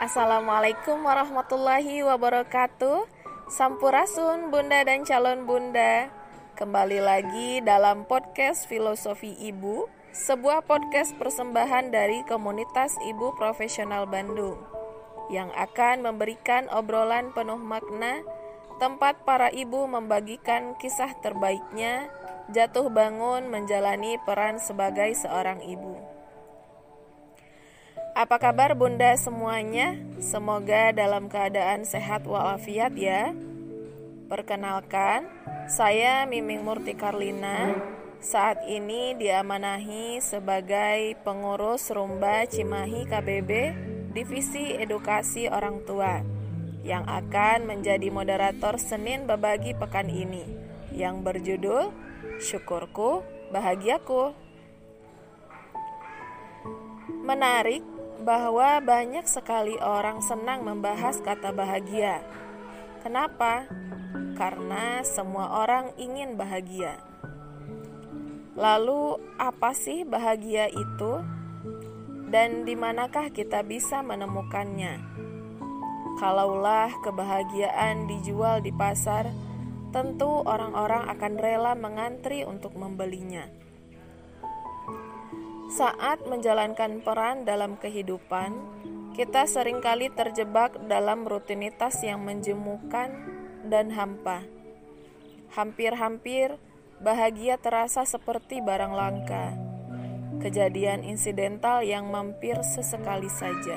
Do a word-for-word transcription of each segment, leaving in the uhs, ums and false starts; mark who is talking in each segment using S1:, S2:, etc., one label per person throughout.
S1: Assalamualaikum warahmatullahi wabarakatuh. Sampurasun bunda dan calon bunda. Kembali lagi dalam podcast Filosofi Ibu, sebuah podcast persembahan dari komunitas ibu profesional Bandung yang akan memberikan obrolan penuh makna, tempat para ibu membagikan kisah terbaiknya, jatuh bangun menjalani peran sebagai seorang ibu. Apa kabar bunda semuanya? Semoga dalam keadaan sehat walafiat ya. Perkenalkan, saya Miming Murti Karlina. Saat ini diamanahi sebagai pengurus Rumba Cimahi K B B Divisi Edukasi Orang Tua yang akan menjadi moderator Senin Berbagi pekan ini yang berjudul Syukurku, Bahagiaku. Menarik bahwa banyak sekali orang senang membahas kata bahagia. Kenapa? Karena semua orang ingin bahagia. Lalu, apa sih bahagia itu? Dan di manakah kita bisa menemukannya? Kalaulah kebahagiaan dijual di pasar, tentu orang-orang akan rela mengantri untuk membelinya. Saat menjalankan peran dalam kehidupan, kita seringkali terjebak dalam rutinitas yang menjemukan dan hampa. Hampir-hampir bahagia terasa seperti barang langka, kejadian insidental yang mampir sesekali saja.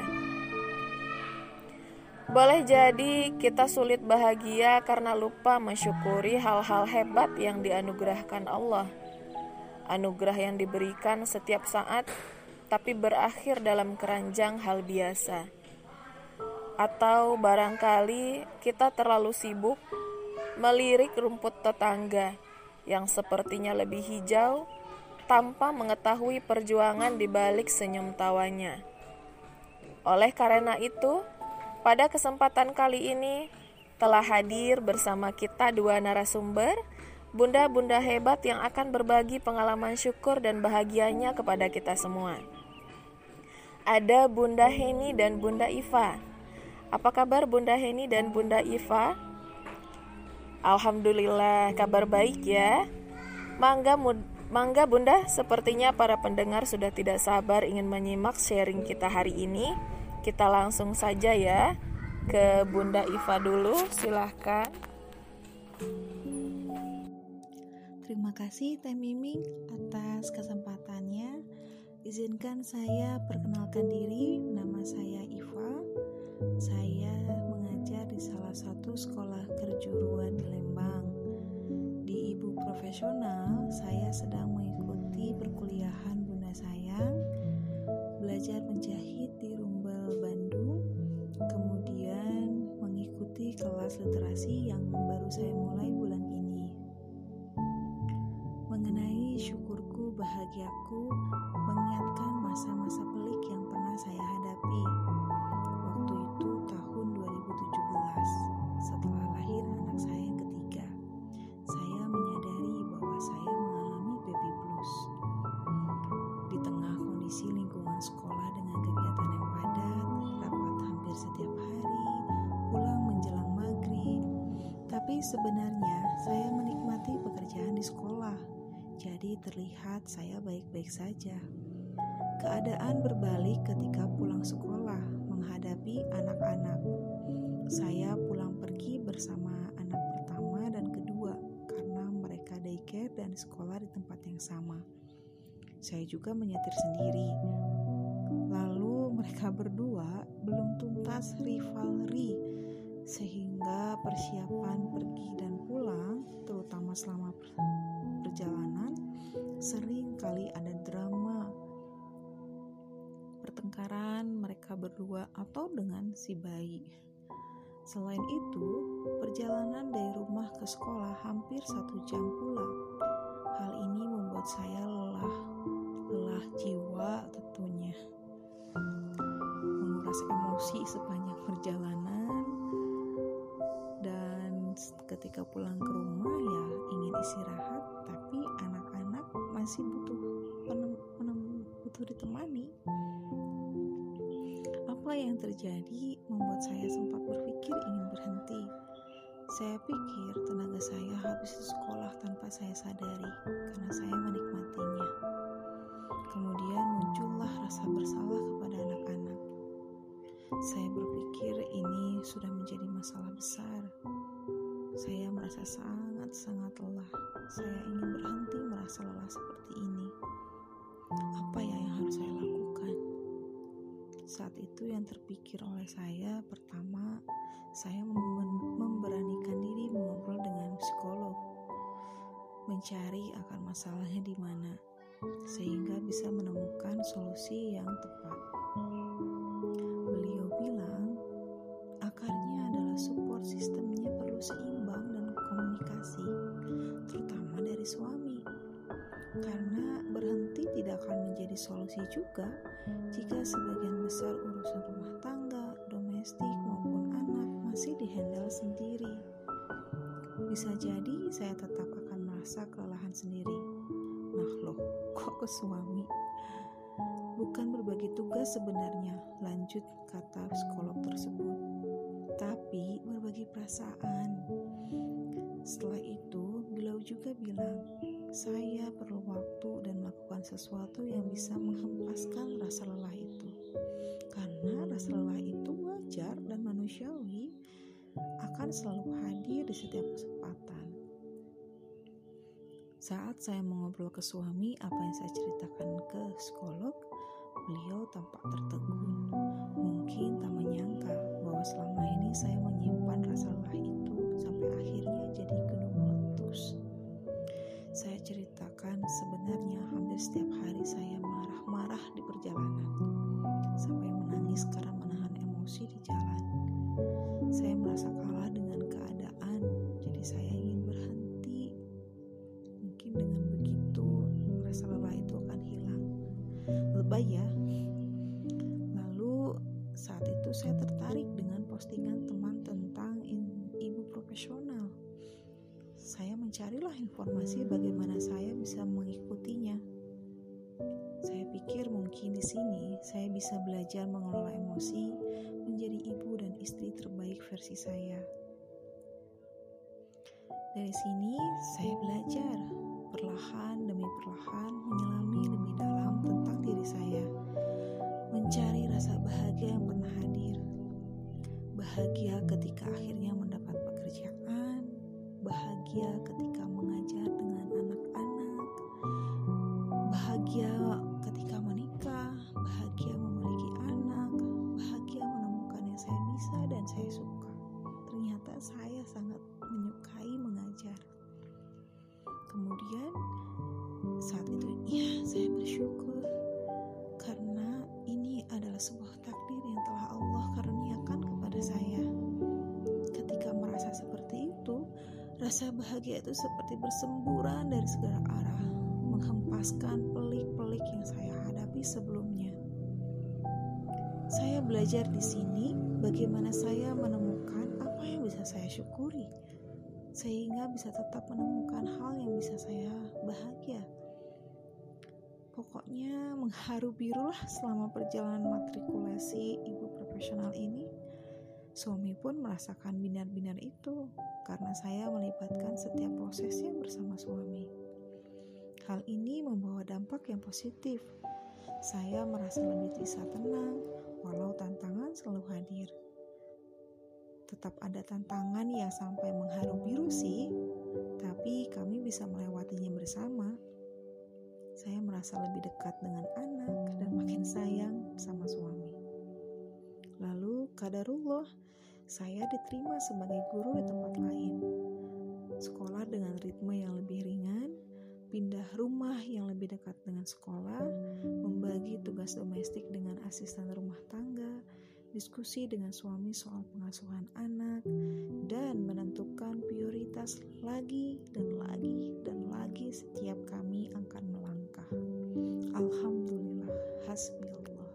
S1: Boleh jadi kita sulit bahagia karena lupa mensyukuri hal-hal hebat yang dianugerahkan Allah. Anugerah yang diberikan setiap saat, tapi berakhir dalam keranjang hal biasa. Atau barangkali kita terlalu sibuk melirik rumput tetangga yang sepertinya lebih hijau tanpa mengetahui perjuangan di balik senyum tawanya. Oleh karena itu, pada kesempatan kali ini telah hadir bersama kita dua narasumber, bunda-bunda hebat yang akan berbagi pengalaman syukur dan bahagianya kepada kita semua. Ada Bunda Heni dan Bunda Iva. Apa kabar Bunda Heni dan Bunda Iva? Alhamdulillah, kabar baik ya. Mangga, mangga Bunda, sepertinya para pendengar sudah tidak sabar ingin menyimak sharing kita hari ini. Kita langsung saja ya ke Bunda Iva dulu, silahkan.
S2: Terima kasih Teh Miming atas kesempatannya. Izinkan saya perkenalkan diri, nama saya Iva. Saya mengajar di salah satu sekolah kejuruan di Lembang. Di Ibu Profesional, saya sedang mengikuti perkuliahan Bunda Sayang, belajar menjahit di Rumbel Bandung, kemudian mengikuti kelas literasi yang baru saya mulai bulan ini. Mengenai syukurku, bahagiaku, mengingatkan masa-masa pelik yang pernah saya hadapi. Waktu itu tahun dua ribu tujuh belas, setelah lahir anak saya yang ketiga, saya menyadari bahwa saya mengalami baby blues. Di tengah kondisi lingkungan sekolah dengan kegiatan yang padat, rapat hampir setiap hari, pulang menjelang maghrib, tapi sebenarnya saya menikmati pekerjaan di sekolah. Jadi terlihat saya baik-baik saja. Keadaan berbalik ketika pulang sekolah menghadapi anak-anak. Saya pulang pergi bersama anak pertama dan kedua karena mereka daycare dan sekolah di tempat yang sama. Saya juga menyetir sendiri. Lalu mereka berdua belum tuntas rivalry sehingga persiapan pergi dan pulang, terutama selama perjalanan, sering kali ada drama pertengkaran mereka berdua atau dengan si bayi. Selain itu, perjalanan dari rumah ke sekolah hampir satu jam pula. Hal ini membuat saya lelah, lelah jiwa tentunya. Menguras emosi sepanjang perjalanan, dan ketika pulang ke rumah ya ingin istirahat, tapi anak-anak masih butuh penem, penem, butuh ditemani. Apa yang terjadi membuat saya sempat berpikir ingin berhenti. Saya pikir tenaga saya habis di sekolah tanpa saya sadari karena saya menikmatinya. Kemudian muncullah rasa bersalah kepada anak-anak. Saya berpikir ini sudah menjadi masalah besar. Saya merasa sangat-sangat lelah. Saya ingin berhenti merasa lelah seperti ini. Apa ya yang harus saya lakukan? Saat itu yang terpikir oleh saya, pertama, saya mem- memberanikan diri mengobrol dengan psikolog, mencari akar masalahnya di mana, sehingga bisa menemukan solusi yang tepat. Beliau bilang, akarnya adalah support sistemnya perlu seimbang dan komunikasi, terutama dari suami. Karena berhenti tidak akan menjadi solusi juga jika sebagian besar urusan rumah tangga, domestik maupun anak masih dihandle sendiri. Bisa jadi saya tetap akan merasa kelelahan sendiri. Nah loh, kok ke suami? Bukan berbagi tugas sebenarnya, lanjut kata psikolog tersebut, tapi berbagi perasaan. Setelah itu, beliau juga bilang, saya perlu waktu dan melakukan sesuatu yang bisa menghempaskan rasa lelah itu. Karena rasa lelah itu wajar dan manusiawi, akan selalu hadir di setiap kesempatan. Saat saya mengobrol ke suami apa yang saya ceritakan ke psikolog, beliau tampak tertegun. Mungkin tak menyangka bahwa selama ini saya menyimpan rasa lelah itu sampai akhirnya jadi gunung meletus. Saya ceritakan sebenarnya hampir setiap hari saya marah-marah di perjalanan, sampai menangis karena menahan emosi di jalan. Saya merasa kalah dengan keadaan, jadi saya ingin berhenti. Mungkin dengan begitu rasa lelah itu akan hilang. Lebay ya. Lalu saat itu saya tertarik dengan postingan teman tentang ibu profesional. Saya mencarilah informasi bagaimana saya bisa mengikutinya. Saya pikir mungkin di sini saya bisa belajar mengelola emosi, menjadi ibu dan istri terbaik versi saya. Dari sini saya belajar perlahan demi perlahan menyelami lebih dalam tentang diri saya, mencari rasa bahagia yang pernah hadir. Bahagia ketika akhirnya mendapat pekerjaan, bahagia ketika mengajar dengan anak-anak, bahagia ketika menikah, bahagia memiliki anak, bahagia menemukan yang saya bisa dan saya suka. Ternyata saya sangat menyukai mengajar. Kemudian saat itu ya saya bersyukur karena ini adalah sebuah takdir yang telah Allah karuniakan kepada saya. Ketika merasa seperti itu, rasa bahagia itu seperti bersemburan dari segala arah, menghempaskan pelik-pelik yang saya hadapi sebelumnya. Saya belajar di sini bagaimana saya menemukan apa yang bisa saya syukuri, sehingga bisa tetap menemukan hal yang bisa saya bahagia. Pokoknya mengharu birulah selama perjalanan matrikulasi ibu profesional ini. Suami pun merasakan binar-binar itu karena saya melibatkan setiap prosesnya bersama suami. Hal ini membawa dampak yang positif. Saya merasa lebih bisa tenang walau tantangan selalu hadir. Tetap ada tantangan yang sampai mengharu biru sih, tapi kami bisa melewatinya bersama. Saya merasa lebih dekat dengan anak dan makin sayang sama suami. Lalu qadarullah, saya diterima sebagai guru di tempat lain. Sekolah dengan ritme yang lebih ringan, pindah rumah yang lebih dekat dengan sekolah, membagi tugas domestik dengan asisten rumah tangga, diskusi dengan suami soal pengasuhan anak, dan menentukan prioritas lagi dan lagi dan lagi setiap kami akan melangkah. Alhamdulillah, hasbiyallah.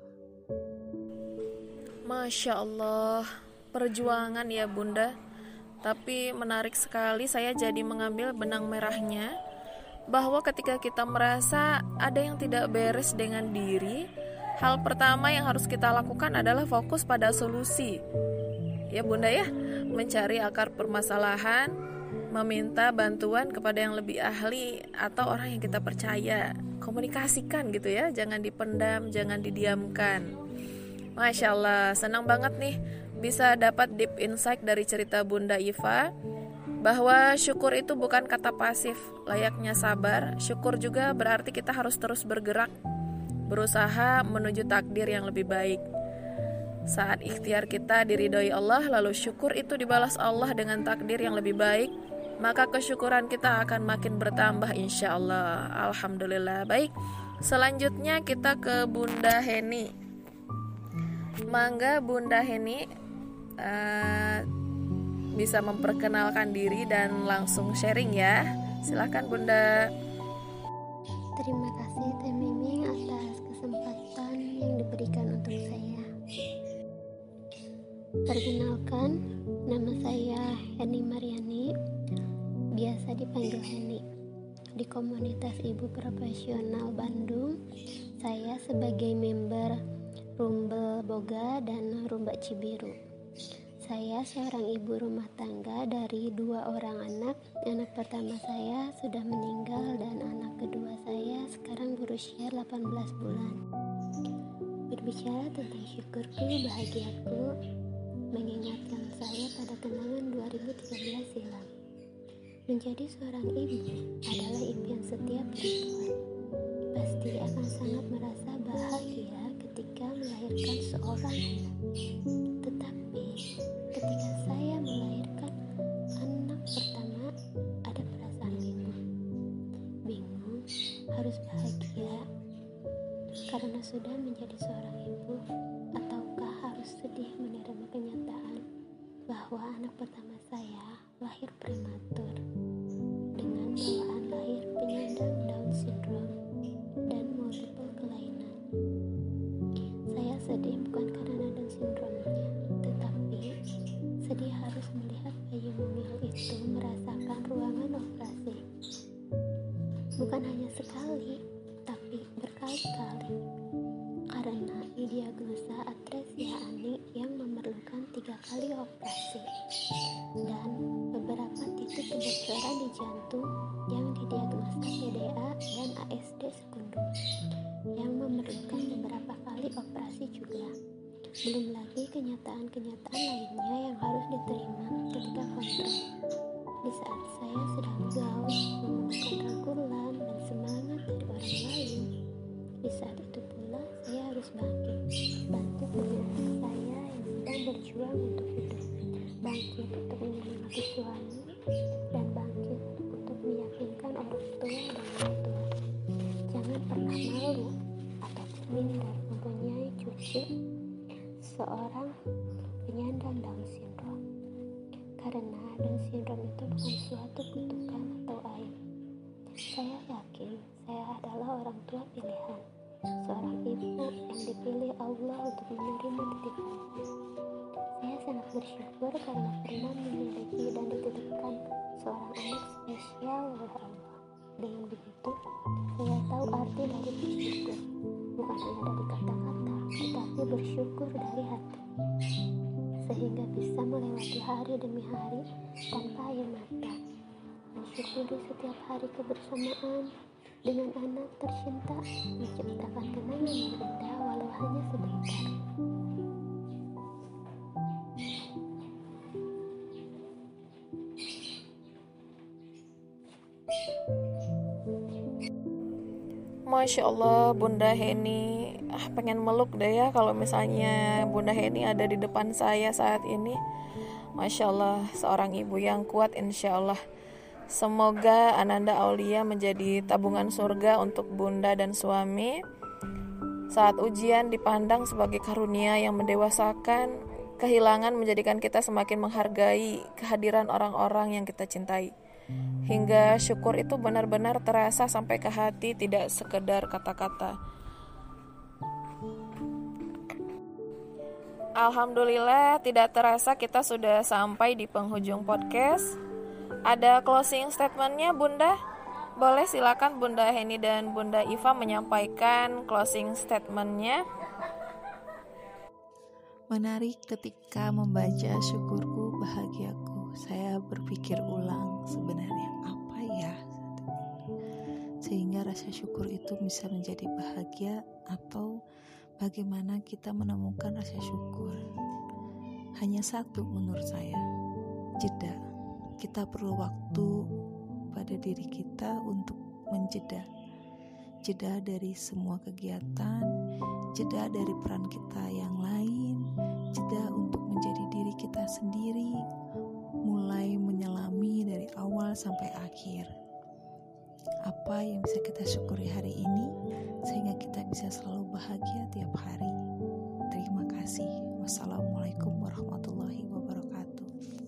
S1: Masya Allah, perjuangan ya Bunda. Tapi menarik sekali, saya jadi mengambil benang merahnya bahwa ketika kita merasa ada yang tidak beres dengan diri, hal pertama yang harus kita lakukan adalah fokus pada solusi. Ya Bunda ya, mencari akar permasalahan, meminta bantuan kepada yang lebih ahli atau orang yang kita percaya. Komunikasikan gitu ya, jangan dipendam, jangan didiamkan. Masya Allah, senang banget nih bisa dapat deep insight dari cerita Bunda Iva, bahwa syukur itu bukan kata pasif, layaknya sabar. Syukur juga berarti kita harus terus bergerak, berusaha menuju takdir yang lebih baik. Saat ikhtiar kita diridhoi Allah, lalu syukur itu dibalas Allah dengan takdir yang lebih baik, maka kesyukuran kita akan makin bertambah insya Allah. Alhamdulillah. Baik, selanjutnya kita ke Bunda Heni. Mangga Bunda Heni uh, bisa memperkenalkan diri dan langsung sharing ya. Silakan Bunda.
S3: Terima kasih Teh Miming atas kesempatan yang diberikan untuk saya. Perkenalkan, nama saya Heni Mariani, biasa dipanggil Heni. Di komunitas Ibu Profesional Bandung, saya sebagai member Rumbel Boga dan Rumba Cibiru. Saya seorang ibu rumah tangga dari dua orang anak. Anak pertama saya sudah meninggal dan anak kedua saya sekarang berusia delapan belas bulan. Berbicara tentang syukurku, bahagiaku, mengingatkan saya pada kenangan dua ribu tiga belas silam. Menjadi seorang ibu adalah impian setiap perempuan. Pasti akan sangat merasa bahagia ketika melahirkan seorang anak. Tetapi ketika saya melahirkan anak pertama, ada perasaan bingung. Bingung harus bahagia karena sudah menjadi seorang ibu, ataukah harus sedih menerima kenyataan bahwa anak pertama saya lahir prematur dengan bawaan lahir penyandang Down syndrome dan multiple kelainan. Saya sedih bukan karena Down syndrome-nya, tetapi sedih harus melihat bayi mungil itu merasakan ruangan operasi. Bukan hanya sekali, tapi berkali-kali. Karena didiagnosa atresia ani yang memerlukan tiga kali operasi dan beberapa titik kebocoran di jantung yang didiagnosa P D A dan A S D sekundum yang memerlukan beberapa kali operasi juga. Belum lagi kenyataan-kenyataan lainnya yang harus diterima ketika kontrol. Di saat saya sedang gaul menggunakan rangkulan dan semangat dari orang lain, di saat itu pula saya harus bangkit, bantu kedua anak saya yang sedang berjuang untuk hidup, bangkit untuk menyemangati suami, dan bangkit untuk meyakinkan orang tua dan orang tua. Jangan pernah malu ataupun minder mempunyai cucu seorang penyandang Down syndrome, karena Down syndrome itu bukan suatu kutukan atau aib. Saya yakin saya adalah orang tua pilihan, seorang ibu yang dipilih Allah untuk menerima titipannya. Saya sangat bersyukur karena pernah memiliki dan dititipkan seorang anak spesial oleh Allah. Dengan begitu, saya tahu arti dari bersyukur, bukan hanya dari kata-kata, tetapi bersyukur dari hati, sehingga bisa melewati hari demi hari tanpa air mata. Mensyukuri setiap hari kebersamaan dengan anak tercinta, menciptakan kenangan yang indah walau hanya sebentar.
S1: Masya Allah Bunda Heni, ah, pengen meluk deh ya kalau misalnya Bunda Heni ada di depan saya saat ini. Masya Allah, seorang ibu yang kuat insya Allah. Semoga Ananda Aulia menjadi tabungan surga untuk Bunda dan suami. Saat ujian dipandang sebagai karunia yang mendewasakan, kehilangan menjadikan kita semakin menghargai kehadiran orang-orang yang kita cintai. Hingga syukur itu benar-benar terasa sampai ke hati, tidak sekedar kata-kata. Alhamdulillah, tidak terasa kita sudah sampai di penghujung podcast. Ada closing statementnya Bunda? Boleh silakan Bunda Heni dan Bunda Iva menyampaikan closing statementnya.
S2: Menarik ketika membaca syukurku bahagiaku, saya berpikir ulang sebenarnya apa ya, sehingga rasa syukur itu bisa menjadi bahagia, atau bagaimana kita menemukan rasa syukur. Hanya satu menurut saya, jeda. Kita perlu waktu pada diri kita untuk menjeda. Jeda dari semua kegiatan, jeda dari peran kita yang lain, jeda untuk menjadi diri kita sendiri, mulai menyelami dari awal sampai akhir. Apa yang bisa kita syukuri hari ini sehingga kita bisa selalu bahagia tiap hari. Terima kasih. Wassalamualaikum warahmatullahi wabarakatuh.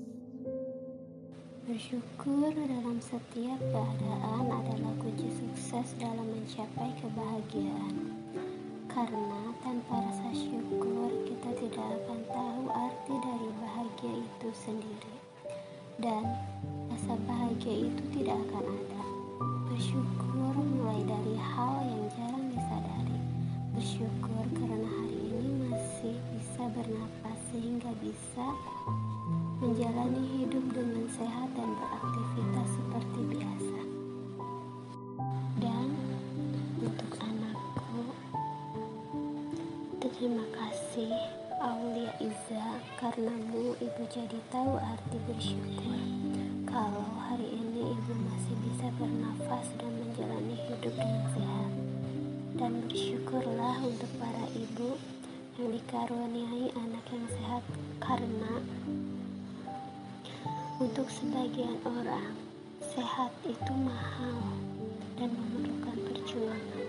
S3: Bersyukur dalam setiap keadaan adalah kunci sukses dalam mencapai kebahagiaan. Karena tanpa rasa syukur kita tidak akan tahu arti dari bahagia itu sendiri. Dan rasa bahagia itu tidak akan ada. Bersyukur mulai dari hal yang jarang disadari. Bersyukur karena hari ini masih bisa bernapas sehingga bisa menjalani hidup dengan sehat dan beraktivitas seperti biasa. Dan untuk anakku, terima kasih Aulia Iza, karenamu ibu jadi tahu arti bersyukur. Kalau hari ini ibu masih bisa bernafas dan menjalani hidup dengan sehat. Dan bersyukurlah untuk para ibu yang dikaruniai anak yang sehat, karena untuk sebagian orang sehat itu mahal dan memerlukan perjuangan.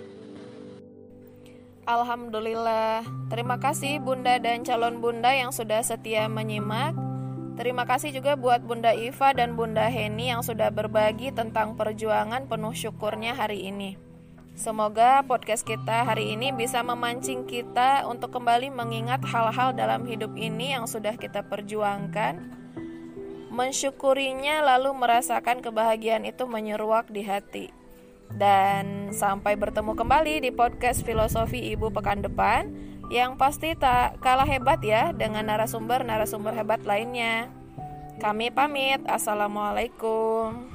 S1: Alhamdulillah. Terima kasih Bunda dan calon Bunda yang sudah setia menyimak. Terima kasih juga buat Bunda Iva dan Bunda Heni yang sudah berbagi tentang perjuangan penuh syukurnya hari ini. Semoga podcast kita hari ini bisa memancing kita untuk kembali mengingat hal-hal dalam hidup ini yang sudah kita perjuangkan, mensyukurinya lalu merasakan kebahagiaan itu menyeruak di hati. Dan sampai bertemu kembali di podcast Filosofi Ibu pekan depan, yang pasti tak kalah hebat ya dengan narasumber-narasumber hebat lainnya. Kami pamit. Assalamualaikum.